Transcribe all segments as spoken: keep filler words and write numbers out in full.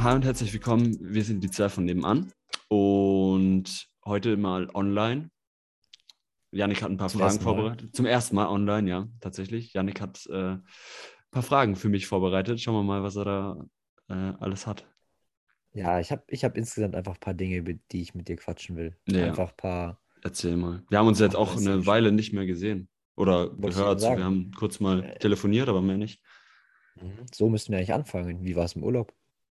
Hi und herzlich willkommen. Wir sind die zwei von nebenan und heute mal online. Yannick hat ein paar Zum Fragen ersten Mal. vorbereitet. Zum ersten Mal online, ja, tatsächlich. Yannick hat äh, ein paar Fragen für mich vorbereitet. Schauen wir mal, was er da äh, alles hat. Ja, ich habe ich hab insgesamt einfach ein paar Dinge, über die ich mit dir quatschen will. Ja, ja, Einfach ein paar, erzähl mal. Wir haben uns jetzt paar auch eine Messages. Weile nicht mehr gesehen oder Wollte ich eben gehört. So, wir sagen. haben kurz mal Äh, telefoniert, aber mehr nicht. mhm. So müssten wir eigentlich anfangen. Wie war es im Urlaub?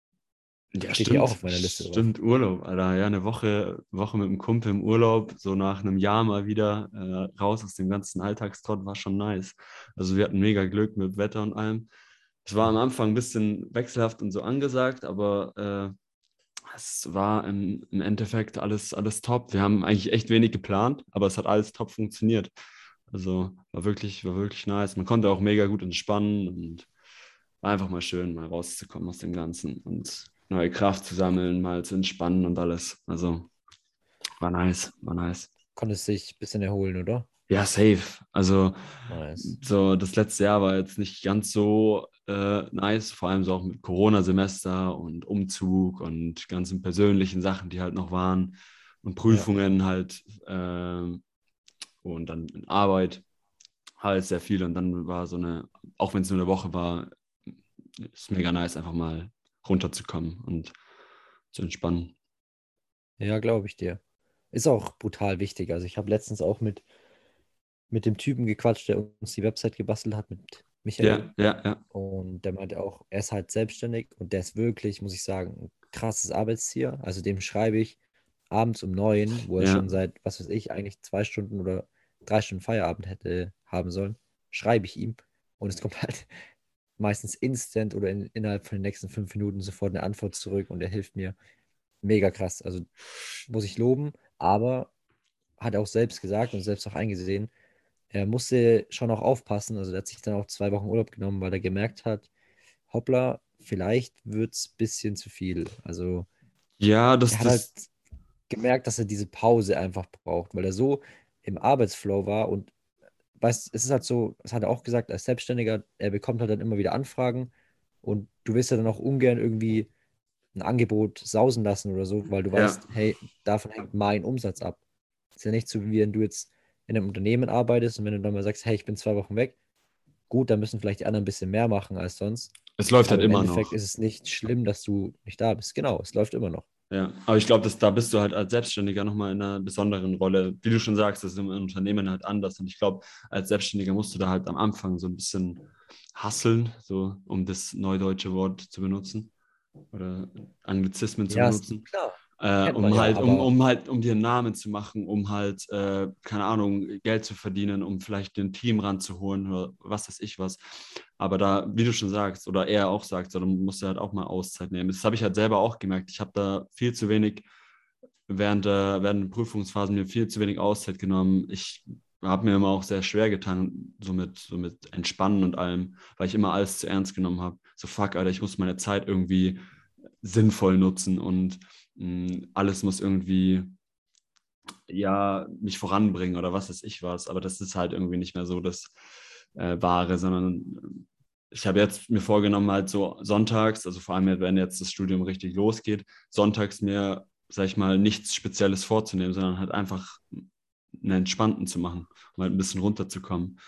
Ja, Steht hier auch stimmt. auf meiner Liste drauf. Stimmt, Urlaub, Alter. Ja, eine Woche, Woche mit einem Kumpel im Urlaub, so nach einem Jahr mal wieder äh, raus aus dem ganzen Alltagstrott, war schon nice. Also wir hatten mega Glück mit Wetter und allem. Es war am Mhm. Anfang ein bisschen wechselhaft und so angesagt, aber äh, es war im, im Endeffekt alles, alles top. Wir haben eigentlich echt wenig geplant, aber es hat alles top funktioniert. Also war wirklich, war wirklich nice. Man konnte auch mega gut entspannen und war einfach mal schön, mal rauszukommen aus dem Ganzen und neue Kraft zu sammeln, mal zu entspannen und alles. Also war nice, war nice. Konntest dich ein bisschen erholen, oder? Ja, safe. Also Nice. so das letzte Jahr war jetzt nicht ganz so äh, nice, vor allem so auch mit Corona-Semester und Umzug und ganzen persönlichen Sachen, die halt noch waren und Ja. Prüfungen halt äh, und dann in Arbeit halt sehr viel und dann war so eine, auch wenn es nur eine Woche war, ist mega nice, einfach mal runterzukommen und zu entspannen. Ja, glaube ich dir. Ist auch brutal wichtig. Also ich habe letztens auch mit, mit dem Typen gequatscht, der uns die Website gebastelt hat, mit Michael. Ja, ja, ja, Und der meinte auch, er ist halt selbstständig und der ist wirklich, muss ich sagen, ein krasses Arbeitstier. Also dem schreibe ich abends um neun, wo er ja. schon seit, was weiß ich, eigentlich zwei Stunden oder drei Stunden Feierabend hätte haben sollen, schreibe ich ihm. Und es kommt halt meistens instant oder in, innerhalb von den nächsten fünf Minuten sofort eine Antwort zurück und er hilft mir. Mega krass. Also muss ich loben, aber hat er auch selbst gesagt und selbst auch eingesehen, er musste schon auch aufpassen. Also, der hat sich dann auch zwei Wochen Urlaub genommen, weil er gemerkt hat, hoppla, vielleicht wird es ein bisschen zu viel. Also, Ja, das, er hat halt das, gemerkt, dass er diese Pause einfach braucht, weil er so im Arbeitsflow war und weißt, es ist halt so, das hat er auch gesagt, als Selbstständiger, er bekommt halt dann immer wieder Anfragen und du willst ja dann auch ungern irgendwie ein Angebot sausen lassen oder so, weil du ja. weißt, hey, davon hängt mein Umsatz ab. Ist ja nicht so, wie wenn du jetzt in einem Unternehmen arbeitest und wenn du dann mal sagst, hey, ich bin zwei Wochen weg, gut, dann müssen vielleicht die anderen ein bisschen mehr machen als sonst. Es läuft halt Aber im immer Endeffekt noch. ist es nicht schlimm, dass du nicht da bist. Genau, es läuft immer noch. Ja, aber ich glaube, dass da bist du halt als Selbstständiger nochmal in einer besonderen Rolle. Wie du schon sagst, das ist im Unternehmen halt anders. Und ich glaube, als Selbstständiger musst du da halt am Anfang so ein bisschen hasseln, so um das neudeutsche Wort zu benutzen oder Anglizismen zu Ja, ist benutzen. klar. Äh, Kennt man um ja, halt, um, aber um halt, um dir einen Namen zu machen, um halt, äh, keine Ahnung, Geld zu verdienen, um vielleicht ein Team ranzuholen oder was weiß ich was. Aber da, wie du schon sagst, oder er auch sagt, so, dann musst du halt auch mal Auszeit nehmen. Das habe ich halt selber auch gemerkt. Ich habe da viel zu wenig während der, während der Prüfungsphasen mir viel zu wenig Auszeit genommen. Ich habe mir immer auch sehr schwer getan, so mit, so mit Entspannen und allem, weil ich immer alles zu ernst genommen habe. So, fuck, Alter, ich muss meine Zeit irgendwie sinnvoll nutzen und mh, alles muss irgendwie, ja, mich voranbringen oder was weiß ich was. Aber das ist halt irgendwie nicht mehr so das äh, Wahre, sondern ich habe jetzt mir vorgenommen, halt so sonntags, also vor allem, wenn jetzt das Studium richtig losgeht, sonntags mir, sag ich mal, nichts Spezielles vorzunehmen, sondern halt einfach einen entspannten zu machen, um halt ein bisschen runterzukommen.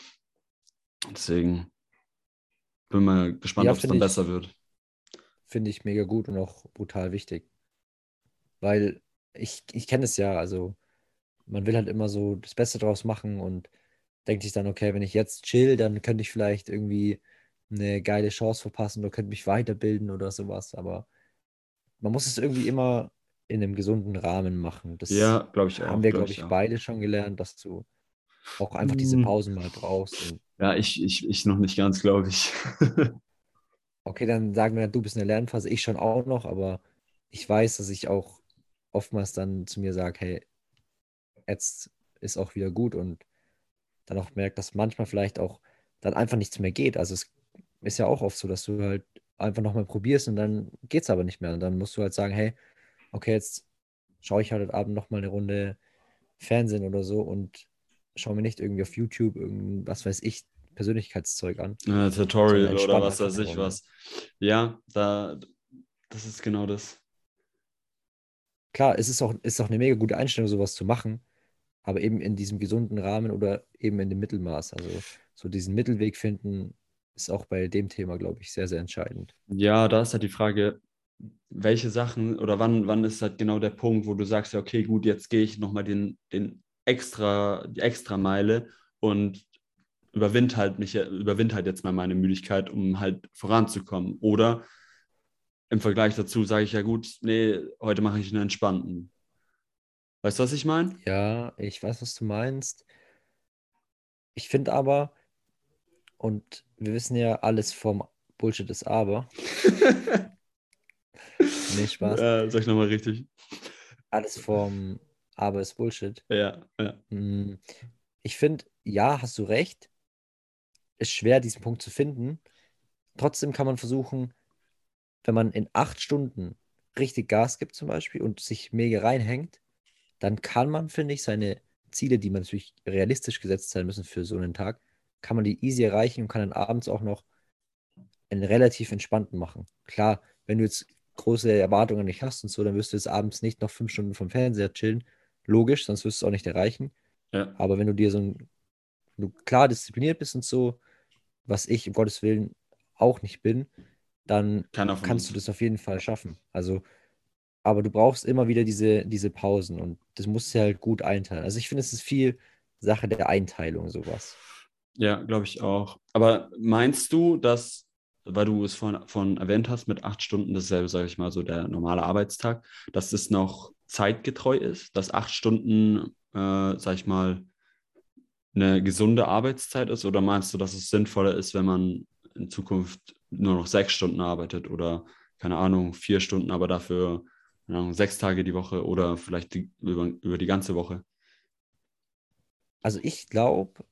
Deswegen bin mal gespannt, ja, ob es finde dann besser ich, wird. finde ich mega gut und auch brutal wichtig. Weil ich, ich kenne es ja, also man will halt immer so das Beste draus machen und denkt sich dann, okay, wenn ich jetzt chill, dann könnte ich vielleicht irgendwie eine geile Chance verpassen oder könnte mich weiterbilden oder sowas. Aber man muss es irgendwie immer in einem gesunden Rahmen machen. Das Ja, glaube ich haben auch, wir, glaube glaube ich ich, auch. beide schon gelernt, dass du auch einfach diese Hm. Pausen mal brauchst. Und Ja, ich, ich, ich noch nicht ganz, glaube ich. okay, dann sagen wir, du bist in der Lernphase, ich schon auch noch, aber ich weiß, dass ich auch oftmals dann zu mir sage, hey, jetzt ist auch wieder gut und dann auch merkt, dass manchmal vielleicht auch dann einfach nichts mehr geht. Also es ist ja auch oft so, dass du halt einfach nochmal probierst und dann geht es aber nicht mehr. Und dann musst du halt sagen, hey, okay, jetzt schaue ich halt heute Abend nochmal eine Runde Fernsehen oder so und schaue mir nicht irgendwie auf YouTube irgendein, was weiß ich, Persönlichkeitszeug an, äh, sondern Tutorial oder entspann was einfach weiß eine ich Runde. was. Ja, da, das ist genau das. Klar, es ist auch, ist auch eine mega gute Einstellung, sowas zu machen, aber eben in diesem gesunden Rahmen oder eben in dem Mittelmaß. Also so diesen Mittelweg finden, ist auch bei dem Thema, glaube ich, sehr, sehr entscheidend. Ja, da ist halt die Frage, welche Sachen oder wann, wann ist halt genau der Punkt, wo du sagst, ja, okay, gut, jetzt gehe ich nochmal den, den extra, die extra Meile und überwind halt mich, überwind halt jetzt mal meine Müdigkeit, um halt voranzukommen. Oder im Vergleich dazu sage ich ja gut, nee, heute mache ich einen entspannten. Weißt du, was ich meine? Ja, ich weiß, was du meinst. Ich finde aber, und wir wissen ja, alles vom Bullshit ist aber. Nee, Spaß. äh, sag ich nochmal richtig. Alles vom aber ist Bullshit. Ja, ja. Hm, Ich finde, ja, hast du recht. Ist schwer, diesen Punkt zu finden. Trotzdem kann man versuchen, wenn man in acht Stunden richtig Gas gibt zum Beispiel und sich mega reinhängt, dann kann man, finde ich, seine Ziele, die man natürlich realistisch gesetzt sein müssen für so einen Tag, kann man die easy erreichen und kann dann abends auch noch einen relativ entspannten machen. Klar, wenn du jetzt große Erwartungen nicht hast und so, dann wirst du jetzt abends nicht noch fünf Stunden vom Fernseher chillen. Logisch, sonst wirst du es auch nicht erreichen. Ja, Aber wenn du dir so ein, wenn du klar diszipliniert bist und so, was ich um Gottes Willen auch nicht bin, dann keiner von kannst du uns. das auf jeden Fall schaffen. Also, aber du brauchst immer wieder diese, diese Pausen und das musst du halt gut einteilen. Also ich finde, es ist viel Sache der Einteilung, sowas. Ja, glaube ich auch. Aber meinst du, dass, weil du es von, von erwähnt hast, mit acht Stunden dasselbe, sage ich mal, so der normale Arbeitstag, dass es noch zeitgetreu ist, dass acht Stunden, äh, sag ich mal, eine gesunde Arbeitszeit ist? Oder meinst du, dass es sinnvoller ist, wenn man in Zukunft nur noch sechs Stunden arbeitet oder, keine Ahnung, vier Stunden, aber dafür, keine Ahnung, sechs Tage die Woche oder vielleicht die, über, über die ganze Woche? Also ich glaube,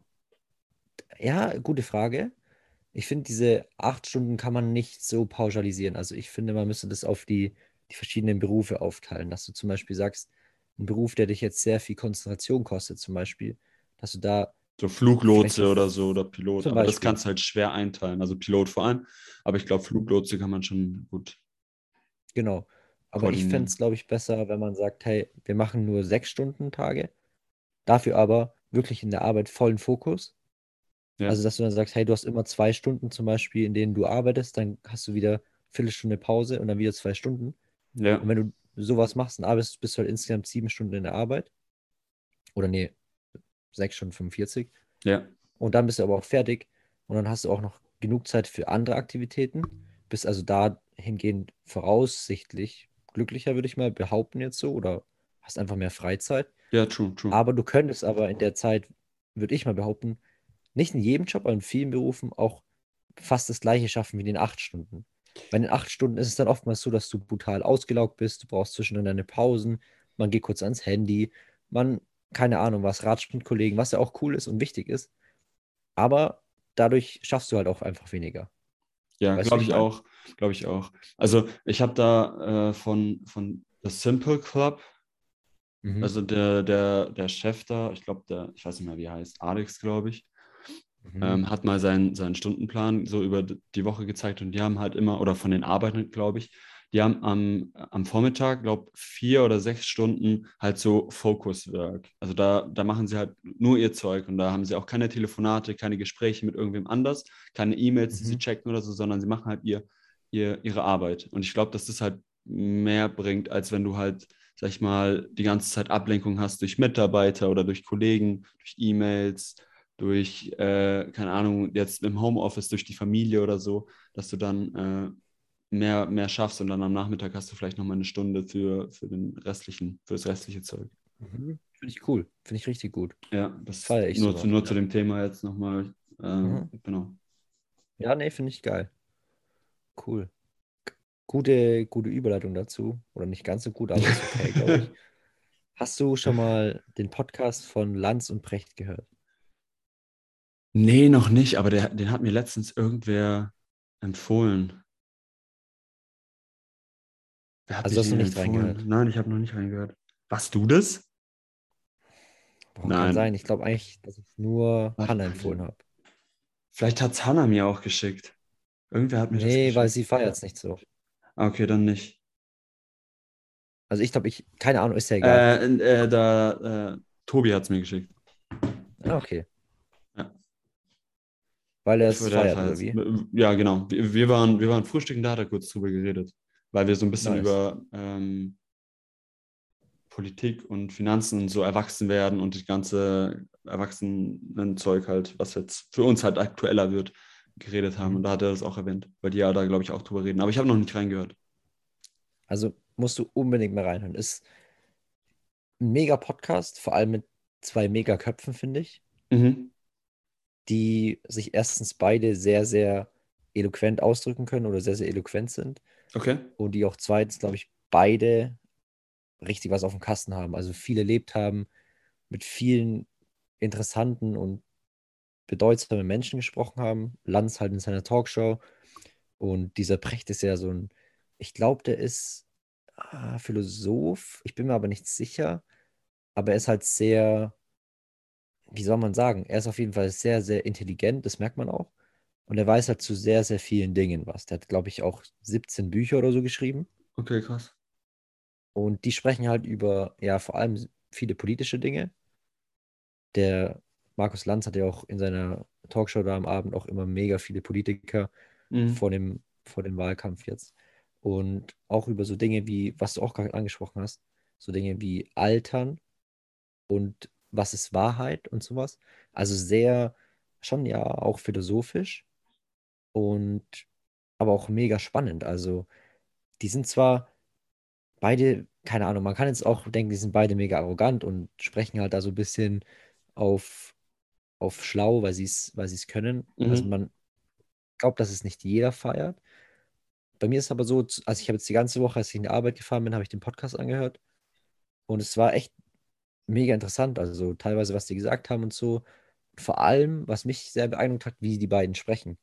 ja, gute Frage. Ich finde, diese acht Stunden kann man nicht so pauschalisieren. Also ich finde, man müsste das auf die, die verschiedenen Berufe aufteilen. Dass du zum Beispiel sagst, ein Beruf, der dich jetzt sehr viel Konzentration kostet, zum Beispiel, dass du da So vielleicht Fluglotse auf, oder so oder Pilot. zum Aber das Beispiel, kannst du halt schwer einteilen. Also Pilot vor allem. Aber ich glaube, Fluglotse kann man schon gut genau. Aber ich fände es, koordinieren. glaube ich, besser, wenn man sagt, hey, wir machen nur sechs Stunden Tage, dafür aber wirklich in der Arbeit vollen Fokus. Ja, Also, dass du dann sagst, hey, du hast immer zwei Stunden zum Beispiel, in denen du arbeitest, dann hast du wieder eine Viertelstunde Pause und dann wieder zwei Stunden. ja, Und wenn du sowas machst, dann arbeitest, bist du halt insgesamt sieben Stunden in der Arbeit. Oder nee, sechs Stunden fünfundvierzig. ja, Und dann bist du aber auch fertig. Und dann hast du auch noch genug Zeit für andere Aktivitäten. Bist also dahingehend voraussichtlich glücklicher, würde ich mal behaupten jetzt so. Oder hast einfach mehr Freizeit. ja, true, true. Aber du könntest aber in der Zeit, würde ich mal behaupten, nicht in jedem Job, aber in vielen Berufen auch fast das Gleiche schaffen wie in den acht Stunden. Bei den acht Stunden ist es dann oftmals so, dass du brutal ausgelaugt bist, du brauchst zwischendrin deine Pausen, man geht kurz ans Handy, man, keine Ahnung, was, ratscht mit Kollegen, was ja auch cool ist und wichtig ist, aber dadurch schaffst du halt auch einfach weniger. Ja, Weißt du, wie glaube ich ich meine? auch. Glaube ich auch. Also ich habe da äh, von, von The Simple Club, Mhm. also der, der, der Chef da, ich glaube, der, ich weiß nicht mehr, wie er heißt, Alex, glaube ich, Mhm. ähm, hat mal seinen, seinen Stundenplan so über die Woche gezeigt und die haben halt immer, oder von den Arbeitern, glaube ich, die haben am, am Vormittag, glaube ich, vier oder sechs Stunden halt so Focus Work. Also da, da machen sie halt nur ihr Zeug und da haben sie auch keine Telefonate, keine Gespräche mit irgendwem anders, keine E-Mails, die sie Mhm. checken oder so, sondern sie machen halt ihr, ihr, ihre Arbeit. Und ich glaube, dass das halt mehr bringt, als wenn du halt, sag ich mal, die ganze Zeit Ablenkung hast durch Mitarbeiter oder durch Kollegen, durch E-Mails, durch, äh, keine Ahnung, jetzt im Homeoffice, durch die Familie oder so, dass du dann äh, mehr, mehr schaffst und dann am Nachmittag hast du vielleicht nochmal eine Stunde für, für den restlichen, für das restliche Zeug. Mhm. Finde ich cool, finde ich richtig gut. Ja, das Feiere ich nur zu, sowas. nur zu Ja. dem Thema jetzt nochmal. Mhm. Ähm, genau. Ja, nee, finde ich geil. Cool. Gute, gute Überleitung dazu. Oder nicht ganz so gut, aber ist okay, glaube ich. Hast du schon mal den Podcast von Lanz und Precht gehört? Nee, noch nicht, aber der, den hat mir letztens irgendwer empfohlen. Wer hat mir Also hast du den nicht empfohlen? reingehört? Nein, ich habe noch nicht reingehört. Warst du das? Boah, kann Nein. sein. Ich glaube eigentlich, dass ich nur Warte Hannah mal. empfohlen habe. Vielleicht hat es Hannah mir auch geschickt. Irgendwer hat mir das Nee, weil geschickt. sie feiert es nicht so. Ah, okay, dann nicht. Also ich glaube, ich, keine Ahnung, ist ja egal. Äh, äh, da, äh, Tobi hat es mir geschickt. Ah, okay. Ja. Weil er Ich es wollte feiert, oder einfach, wie? ja, genau. Wir, wir waren, wir waren frühstücken, da hat er kurz drüber geredet. Weil wir so ein bisschen Nice. über ähm, Politik und Finanzen und so erwachsen werden und das ganze Erwachsenenzeug halt, was jetzt für uns halt aktueller wird, geredet haben. Mhm. Und da hat er das auch erwähnt, weil die ja da, glaube ich, auch drüber reden. Aber ich habe noch nicht reingehört. Also musst du unbedingt mal reinhören. Ist ein mega Podcast, vor allem mit zwei mega Köpfen, finde ich, Mhm. die sich erstens beide sehr, sehr eloquent ausdrücken können oder sehr, sehr eloquent sind. Okay. Und die auch zweitens, glaube ich, beide richtig was auf dem Kasten haben. Also viel erlebt haben, mit vielen interessanten und bedeutsamen Menschen gesprochen haben. Lanz halt in seiner Talkshow. Und dieser Precht ist ja so ein, ich glaube, der ist ah, Philosoph. Ich bin mir aber nicht sicher. Aber er ist halt sehr, wie soll man sagen, er ist auf jeden Fall sehr, sehr intelligent, das merkt man auch. Und er weiß halt zu sehr, sehr vielen Dingen was. Der hat, glaube ich, auch siebzehn Bücher oder so geschrieben. Okay, krass. Und die sprechen halt über, ja, vor allem viele politische Dinge. Der Markus Lanz hat ja auch in seiner Talkshow da am Abend auch immer mega viele Politiker Mhm. vor dem, vor dem Wahlkampf jetzt. Und auch über so Dinge wie, was du auch gerade angesprochen hast, so Dinge wie Altern und was ist Wahrheit und sowas. Also sehr, schon ja auch philosophisch und aber auch mega spannend. Also die sind zwar beide, keine Ahnung, man kann jetzt auch denken, die sind beide mega arrogant und sprechen halt da so ein bisschen auf, auf schlau, weil sie es, weil sie es können. Also Mhm. man glaubt, dass es nicht jeder feiert. Bei mir ist es aber so, also ich habe jetzt die ganze Woche, als ich in die Arbeit gefahren bin, habe ich den Podcast angehört und es war echt mega interessant. Also teilweise, was die gesagt haben und so. Vor allem, was mich sehr beeindruckt hat, wie die beiden sprechen.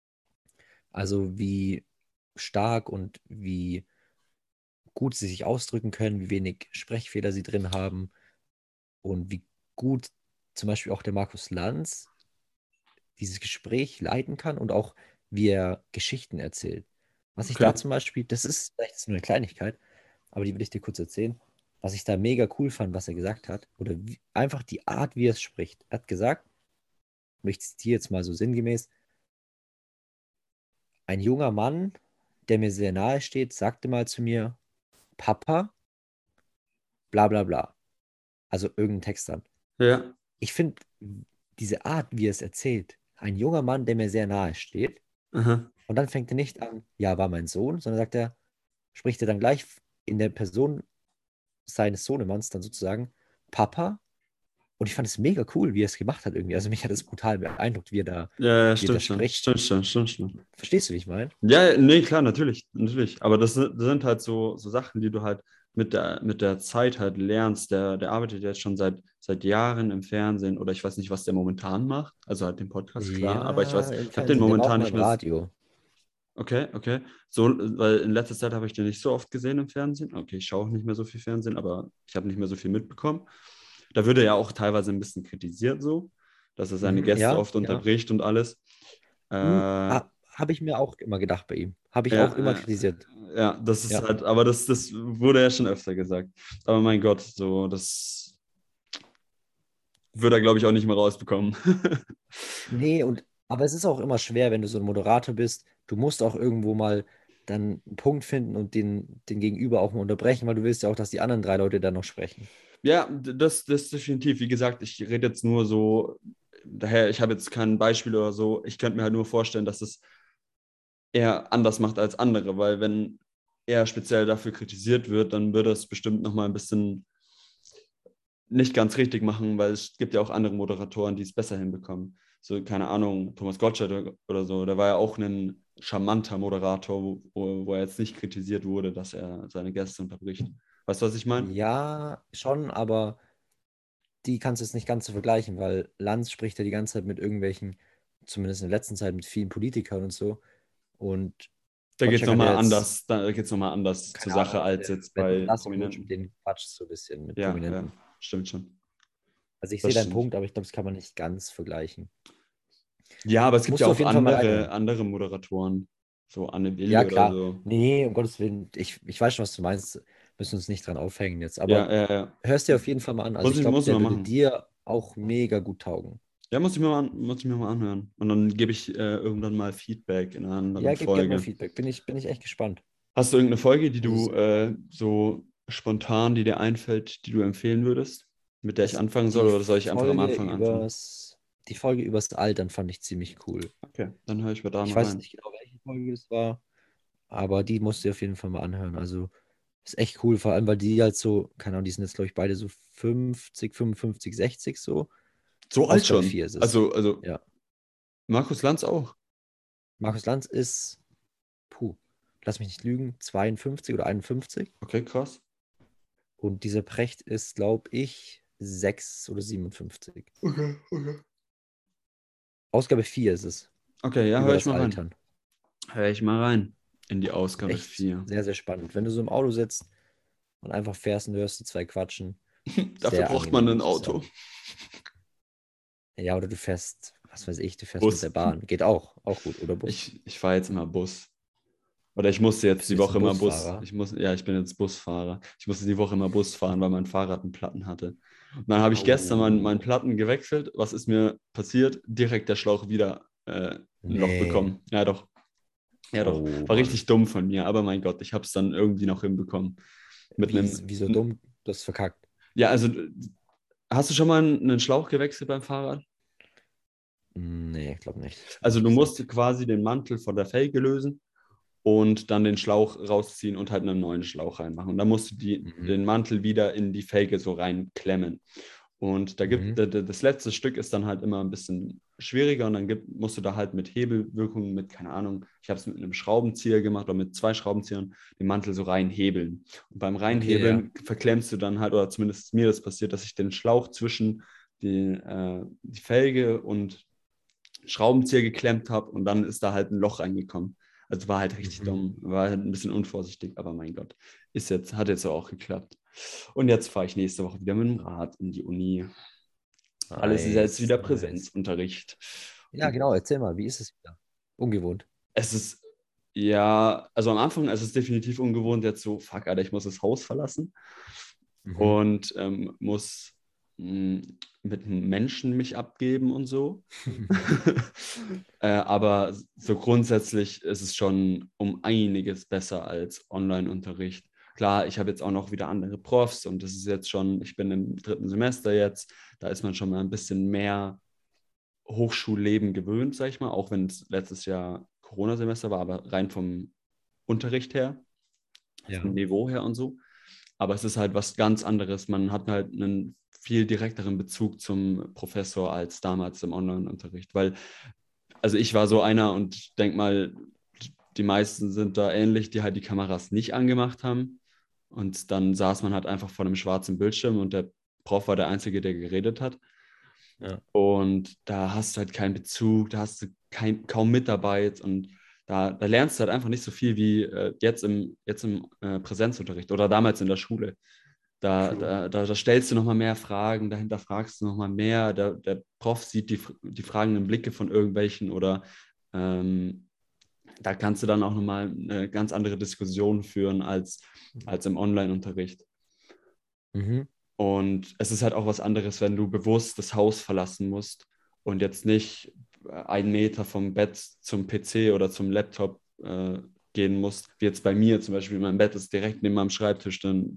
Also wie stark und wie gut sie sich ausdrücken können, wie wenig Sprechfehler sie drin haben und wie gut zum Beispiel auch der Markus Lanz dieses Gespräch leiten kann und auch wie er Geschichten erzählt. Was ich Okay. da zum Beispiel, das ist vielleicht ist nur eine Kleinigkeit, aber die will ich dir kurz erzählen. Was ich da mega cool fand, was er gesagt hat, oder wie, einfach die Art, wie er es spricht. Er hat gesagt, und ich zitiere jetzt mal so sinngemäß, ein junger Mann, der mir sehr nahe steht, sagte mal zu mir, Papa, bla bla bla. Also irgendein Text dann. Ja. Ich finde diese Art, wie er es erzählt, ein junger Mann, der mir sehr nahe steht, Aha. und dann fängt er nicht an, ja, war mein Sohn, sondern sagt er, spricht er dann gleich in der Person seines Sohnemanns dann sozusagen, Papa. Und ich fand es mega cool, wie er es gemacht hat irgendwie. Also mich hat es brutal beeindruckt, wie er da, Ja, ja, wie er da stimmt schon. spricht. Stimmt schon, stimmt schon. Verstehst du, wie ich meine? Ja, nee, klar, natürlich, natürlich. Aber das, sind- das sind halt so, so Sachen, die du halt mit der, mit der Zeit halt lernst. Der, der arbeitet jetzt schon seit, seit Jahren im Fernsehen oder ich weiß nicht, was der momentan macht. Also halt den Podcast, klar, aber ich weiß, Ja, im ich habe den Fernsehen. Der war auch momentan mal nicht im mehr. s- Radio. Okay, okay. So, weil in letzter Zeit habe ich den nicht so oft gesehen im Fernsehen. Okay, ich schaue auch nicht mehr so viel Fernsehen, aber ich habe nicht mehr so viel mitbekommen. Da wird er ja auch teilweise ein bisschen kritisiert, so, dass er seine Mhm, Gäste ja, oft ja. unterbricht und alles. Äh, Hm, ja, ah, habe ich mir auch immer gedacht bei ihm. Habe ich auch immer ja, kritisiert. ja, das ist Ja. halt, aber das, das wurde ja schon öfter gesagt. Aber mein Gott, so, das würde er, glaube ich, auch nicht mehr rausbekommen. Nee, und aber es ist auch immer schwer, wenn du so ein Moderator bist. Du musst auch irgendwo mal dann einen Punkt finden und den, den Gegenüber auch mal unterbrechen, weil du willst ja auch, dass die anderen drei Leute dann noch sprechen. Ja, das, das definitiv. Wie gesagt, ich rede jetzt nur so, daher, ich habe jetzt kein Beispiel oder so. Ich könnte mir halt nur vorstellen, dass es er anders macht als andere, weil wenn er speziell dafür kritisiert wird, dann würde es bestimmt nochmal ein bisschen nicht ganz richtig machen, weil es gibt ja auch andere Moderatoren, die es besser hinbekommen. So, keine Ahnung, Thomas Gottschalk oder so, der war ja auch ein charmanter Moderator, wo, wo er jetzt nicht kritisiert wurde, dass er seine Gäste unterbricht. Weißt du, was ich meine? Ja, schon, aber die kannst du jetzt nicht ganz so vergleichen, weil Lanz spricht ja die ganze Zeit mit irgendwelchen, zumindest in der letzten Zeit, mit vielen Politikern und so. Und Da geht es Gottschalk hat ja nochmal jetzt, anders, da geht es nochmal anders zur keine Sache Ahnung, als der jetzt Wetten, bei das und so, mit Prominenten. denen quatscht so ein bisschen mit Ja, ja, Prominenten. stimmt schon. Also ich sehe Das deinen stimmt. Punkt, aber ich glaube, das kann man nicht ganz vergleichen. Ja, aber es gibt Musst ja du auf auch jeden Fall mal andere, reinhören. andere Moderatoren. So Anne Will Ja, oder klar. so. Nee, um Gottes Willen, ich, ich weiß schon, was du meinst. Müssen uns nicht dran aufhängen jetzt. Aber Ja, ja, ja. hörst dir auf jeden Fall mal an. Also Muss ich ich, glaube, muss ich mal der würde machen. dir auch mega gut taugen. Ja, muss ich mir mal, an, muss ich mir mal anhören. Und dann gebe ich äh, irgendwann mal Feedback in einer anderen Ja, gib gerne mal Folge. Feedback. Bin ich, bin ich echt gespannt. Hast du irgendeine Folge, die Also du es, äh, so spontan, die dir einfällt, die du empfehlen würdest, mit der ich es, anfangen soll, die oder soll ich einfach am Folge Anfang anfangen? übers, die Folge übers Altern fand ich ziemlich cool. Okay, dann höre ich mir da Ich mal weiß rein. nicht genau, welche Folge das war, aber die musst du dir auf jeden Fall mal anhören. Also ist echt cool, vor allem, weil die halt so, keine Ahnung, die sind jetzt, glaube ich, beide so fünfzig, fünfundfünfzig, sechzig so. So alt Ausgabe schon. vier ist es. Also, also Ja. Markus Lanz auch. Markus Lanz ist, puh, lass mich nicht lügen, zweiundfünfzig oder einundfünfzig. Okay, krass. Und dieser Precht ist, glaube ich, sechs oder siebenundfünfzig. Okay, okay. Ausgabe vier ist es, Okay, ja, über höre ich das mal rein. Altern. Höre ich mal rein in die Ausgabe Echt vier. sehr, sehr spannend. Wenn du so im Auto sitzt und einfach fährst und du hörst die zwei quatschen, Dafür sehr braucht man angenehm, ein muss ich Auto. sagen. Ja, oder du fährst, was weiß ich, du fährst mit Bus. der Bahn. Geht auch, auch gut. Oder Bus. Ich, ich fahre jetzt immer Bus. Oder ich musste jetzt Bist du die jetzt Woche ein immer Bus. Busfahrer? Ich muss, ja, ich bin jetzt Busfahrer. Ich musste die Woche immer Bus fahren, weil mein Fahrrad einen Platten hatte. Und dann habe ich gestern meinen, meinen Oh, Platten gewechselt. Was ist mir passiert? Direkt der Schlauch wieder äh, ein Loch nee. bekommen. Ja, doch. Ja, doch. Oh, War Mann. richtig dumm von mir, aber mein Gott, ich habe es dann irgendwie noch hinbekommen. Mit Wie, einem. wie so dumm, du hast verkackt. Ja, also hast du schon mal einen Schlauch gewechselt beim Fahrrad? Nee, ich glaube nicht, Also ehrlich du musst gesagt. quasi den Mantel von der Felge lösen und dann den Schlauch rausziehen und halt einen neuen Schlauch reinmachen. Und dann musst du die, Mhm. den Mantel wieder in die Felge so reinklemmen. Und da gibt Mhm. das letzte Stück ist dann halt immer ein bisschen schwieriger und dann gibt, musst du da halt mit Hebelwirkung, mit, keine Ahnung, ich habe es mit einem Schraubenzieher gemacht oder mit zwei Schraubenziehern, den Mantel so reinhebeln. Und beim Okay, ja. Reinhebeln verklemmst du dann halt, oder zumindest ist mir das passiert, dass ich den Schlauch zwischen die, äh, die Felge und Schraubenzieher geklemmt habe und dann ist da halt ein Loch reingekommen. Also war halt richtig Mhm. dumm, war halt ein bisschen unvorsichtig, aber mein Gott, ist jetzt, hat jetzt auch geklappt. Und jetzt fahre ich nächste Woche wieder mit dem Rad in die Uni. Alles ist jetzt Nice, wieder nice. Präsenzunterricht. Ja, Und genau, erzähl mal, wie ist es wieder? Ungewohnt. es ist, ja, also am Anfang ist es definitiv ungewohnt, jetzt so, fuck, Alter, ich muss das Haus verlassen Mhm. und ähm, muss mh, mit einem Menschen mich abgeben und so. äh, aber so grundsätzlich ist es schon um einiges besser als Online-Unterricht. Klar, ich habe jetzt auch noch wieder andere Profs und das ist jetzt schon, ich bin im dritten Semester jetzt, da ist man schon mal ein bisschen mehr Hochschulleben gewöhnt, sag ich mal, auch wenn es letztes Jahr Corona-Semester war, aber rein vom Unterricht her, vom Ja. Niveau her und so. Aber es ist halt was ganz anderes. Man hat halt einen viel direkteren Bezug zum Professor als damals im Online-Unterricht, weil also ich war so einer und denk mal, die meisten sind da ähnlich, die halt die Kameras nicht angemacht haben. Und dann saß man halt einfach vor einem schwarzen Bildschirm und der Prof war der Einzige, der geredet hat. Ja. Und da hast du halt keinen Bezug, da hast du kein, kaum Mitarbeit und da, da lernst du halt einfach nicht so viel wie äh, jetzt im, jetzt im äh, Präsenzunterricht oder damals in der Schule. Da, True. da, da, da stellst du nochmal mehr Fragen, dahinter fragst du nochmal mehr. Der, der Prof sieht die, die fragenden Blicke von irgendwelchen oder ähm, da kannst du dann auch nochmal eine ganz andere Diskussion führen als, als im Online-Unterricht. Mhm. Und es ist halt auch was anderes, wenn du bewusst das Haus verlassen musst und jetzt nicht einen Meter vom Bett zum P C oder zum Laptop äh, gehen musst. Wie jetzt bei mir zum Beispiel, mein Bett ist direkt neben meinem Schreibtisch, dann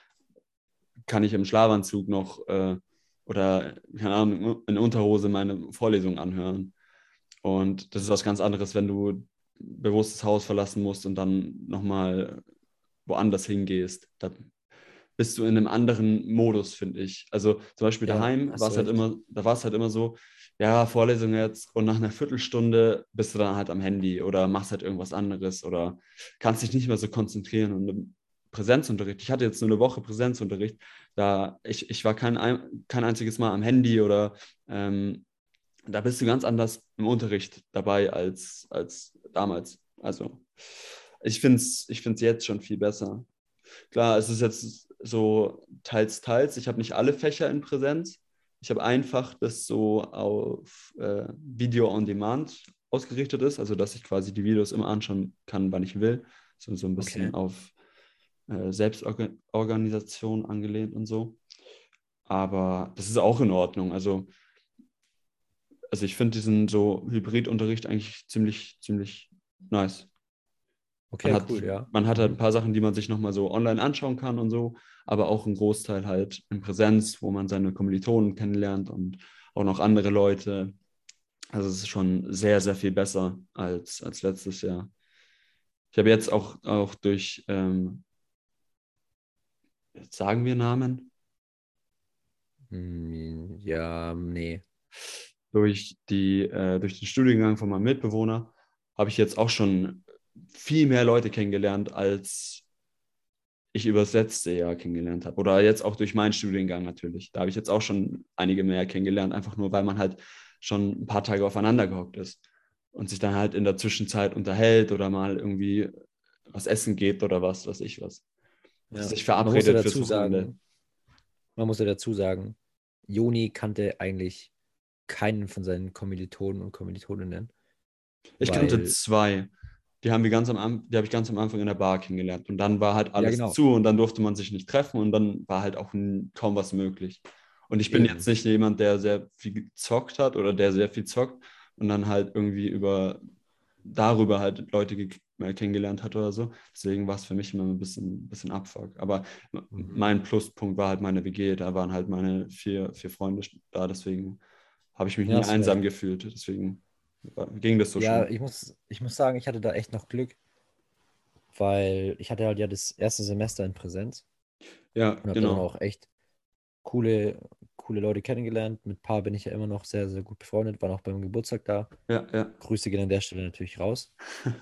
kann ich im Schlafanzug noch äh, oder keine Ahnung, in Unterhose meine Vorlesung anhören. Und das ist was ganz anderes, wenn du bewusst das Haus verlassen musst und dann nochmal woanders hingehst. Da bist du in einem anderen Modus, finde ich. Also zum Beispiel Ja, daheim war hast du es halt recht. immer, da war es halt immer so, ja, Vorlesung jetzt und nach einer Viertelstunde bist du dann halt am Handy oder machst halt irgendwas anderes oder kannst dich nicht mehr so konzentrieren. Und im Präsenzunterricht, ich hatte jetzt nur eine Woche Präsenzunterricht, da ich, ich war kein, kein einziges Mal am Handy oder ähm, da bist du ganz anders im Unterricht dabei als, als damals. Also ich finde es ich find's jetzt schon viel besser. Klar, es ist jetzt so teils, teils. Ich habe nicht alle Fächer in Präsenz. Ich habe einfach das so auf äh, Video on Demand ausgerichtet ist, also dass ich quasi die Videos immer anschauen kann, wann ich will. So, so ein Okay. bisschen auf äh, Selbstorganisation angelehnt und so. Aber das ist auch in Ordnung. Also, also ich finde diesen so Hybridunterricht eigentlich ziemlich, ziemlich nice. Man Okay, hat, cool, ja. man hat halt ein Mhm. paar Sachen, die man sich nochmal so online anschauen kann und so, aber auch ein Großteil halt in Präsenz, wo man seine Kommilitonen kennenlernt und auch noch andere Leute. Also es ist schon sehr, sehr viel besser als, als letztes Jahr. Ich habe jetzt auch, auch durch, ähm, jetzt sagen wir Namen, Hm, ja, nee. durch, die, äh, durch den Studiengang von meinem Mitbewohner habe ich jetzt auch schon viel mehr Leute kennengelernt, als ich über das letzte Jahr kennengelernt habe. Oder jetzt auch durch meinen Studiengang natürlich. Da habe ich jetzt auch schon einige mehr kennengelernt, einfach nur, weil man halt schon ein paar Tage aufeinander gehockt ist und sich dann halt in der Zwischenzeit unterhält oder mal irgendwie was essen geht oder was, was ich was. Oder Ja. sich Man muss ja verabredet fürs dazu Wochenende. sagen, man muss ja dazu sagen, Joni kannte eigentlich keinen von seinen Kommilitonen und Kommilitoninnen, Ich kannte weil, zwei. Die haben wir ganz am, Am- die habe ich ganz am Anfang in der Bar kennengelernt. Und dann war halt ja, alles genau, zu und dann durfte man sich nicht treffen und dann war halt auch n- kaum was möglich. Und ich bin jetzt eben. nicht jemand, der sehr viel gezockt hat oder der sehr viel zockt und dann halt irgendwie über darüber halt Leute ge- äh, kennengelernt hat oder so. Deswegen war es für mich immer ein bisschen, bisschen Abfuck. Aber m- Mhm. mein Pluspunkt war halt meine W G. Da waren halt meine vier, vier Freunde da. Deswegen habe ich mich Ja, nie hast du einsam recht. gefühlt. Deswegen war- ging das so Ja, schon. ich muss, ich muss sagen, ich hatte da echt noch Glück, weil ich hatte halt ja das erste Semester in Präsenz Ja, und habe da dann genau. auch echt coole, coole Leute kennengelernt. Mit ein paar bin ich ja immer noch sehr, sehr gut befreundet, waren auch beim Geburtstag da. Ja, ja. Grüße gehen an der Stelle natürlich raus.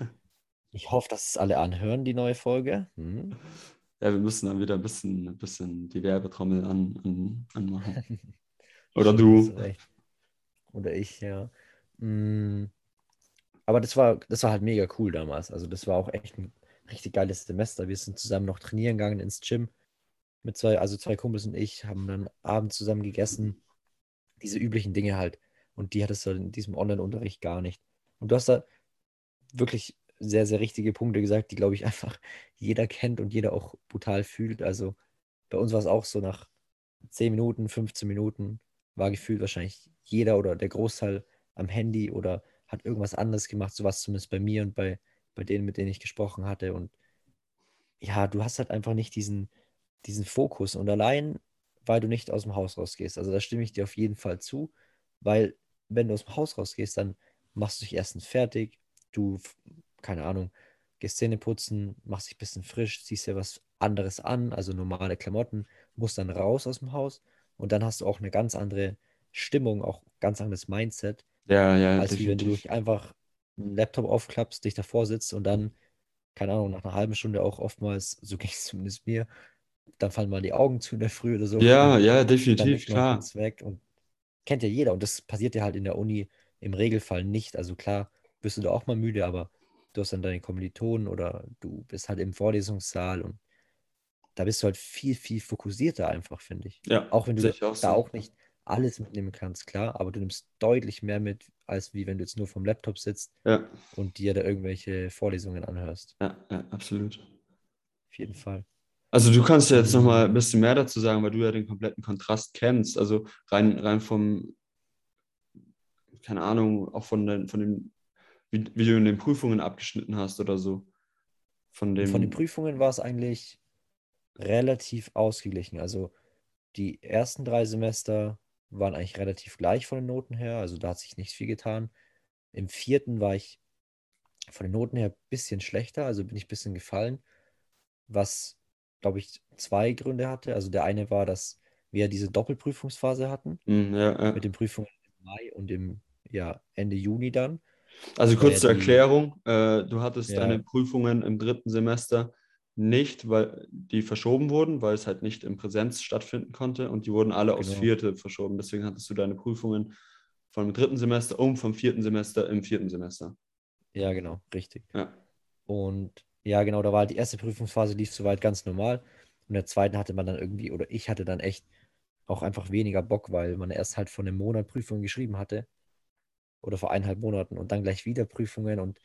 Ich hoffe, dass es alle anhören, die neue Folge. Hm. Ja, wir müssen dann wieder ein bisschen, ein bisschen die Werbetrommel an, an, anmachen. Oder Stimmt, hast du du. recht. Oder ich, ja. Mm, aber das war, das war halt mega cool damals. Also das war auch echt ein richtig geiles Semester. Wir sind zusammen noch trainieren gegangen ins Gym mit zwei, also zwei Kumpels und ich, haben dann abends zusammen gegessen. Diese üblichen Dinge halt. Und die hattest du in diesem Online-Unterricht gar nicht. Und du hast da wirklich sehr, sehr richtige Punkte gesagt, die, glaube ich, einfach jeder kennt und jeder auch brutal fühlt. Also bei uns war es auch so nach zehn Minuten, fünfzehn Minuten war gefühlt wahrscheinlich jeder oder der Großteil am Handy oder hat irgendwas anderes gemacht, sowas zumindest bei mir und bei, bei denen, mit denen ich gesprochen hatte. Und ja, du hast halt einfach nicht diesen, diesen Fokus. Und allein, weil du nicht aus dem Haus rausgehst. Also da stimme ich dir auf jeden Fall zu, weil wenn du aus dem Haus rausgehst, dann machst du dich erstens fertig, du, f- keine Ahnung, gehst Zähne putzen, machst dich ein bisschen frisch, ziehst dir was anderes an, also normale Klamotten, musst dann raus aus dem Haus und dann hast du auch eine ganz andere Stimmung, auch ganz anderes Mindset, Ja, ja, als wie wenn du definitiv. dich einfach einen Laptop aufklappst, dich davor sitzt und dann keine Ahnung, nach einer halben Stunde auch oftmals, so ging es zumindest mir, dann fallen mal die Augen zu in der Früh oder so Ja, und ja, dann definitiv, ist man klar. kurz weg und kennt ja jeder und das passiert ja halt in der Uni im Regelfall nicht. Also klar, wirst du da auch mal müde, aber du hast dann deine Kommilitonen oder du bist halt im Vorlesungssaal und da bist du halt viel, viel fokussierter einfach, finde ich. Ja, Auch wenn du sehe da, ich auch da so. auch nicht alles mitnehmen kannst, klar, aber du nimmst deutlich mehr mit, als wie wenn du jetzt nur vom Laptop sitzt Ja, und dir da irgendwelche Vorlesungen anhörst. ja, ja, absolut. Auf jeden Fall. Also du kannst ja jetzt noch mal ein Mm, bisschen mehr dazu sagen, weil du ja den kompletten Kontrast kennst. Also rein, rein vom, keine Ahnung, auch von den, von den, wie, wie du in den Prüfungen abgeschnitten hast oder so. Von Von den dem, Prüfungen war es eigentlich relativ ausgeglichen. Also die ersten drei Semester waren eigentlich relativ gleich von den Noten her. Also da hat sich nicht viel getan. Im vierten war ich von den Noten her ein bisschen schlechter, also bin ich ein bisschen gefallen, was, glaube ich, zwei Gründe hatte. Also der eine war, dass wir diese Doppelprüfungsphase hatten, hm, ja, mit ja. den Prüfungen im Mai und im ja, Ende Juni dann, Also weil kurz ja zur die, Erklärung, äh, du hattest deine ja, Prüfungen im dritten Semester nicht, weil die verschoben wurden, weil es halt nicht in Präsenz stattfinden konnte und die wurden alle aufs genau, vierte verschoben. Deswegen hattest du deine Prüfungen vom dritten Semester um vom vierten Semester im vierten Semester. ja, genau, richtig. Ja, Und ja, genau, da war halt die erste Prüfungsphase, lief soweit ganz normal. Und in der zweiten hatte man dann irgendwie, oder ich hatte dann echt auch einfach weniger Bock, weil man erst halt von einem Monat Prüfung geschrieben hatte. oder vor eineinhalb Monaten und dann gleich wieder Prüfungen und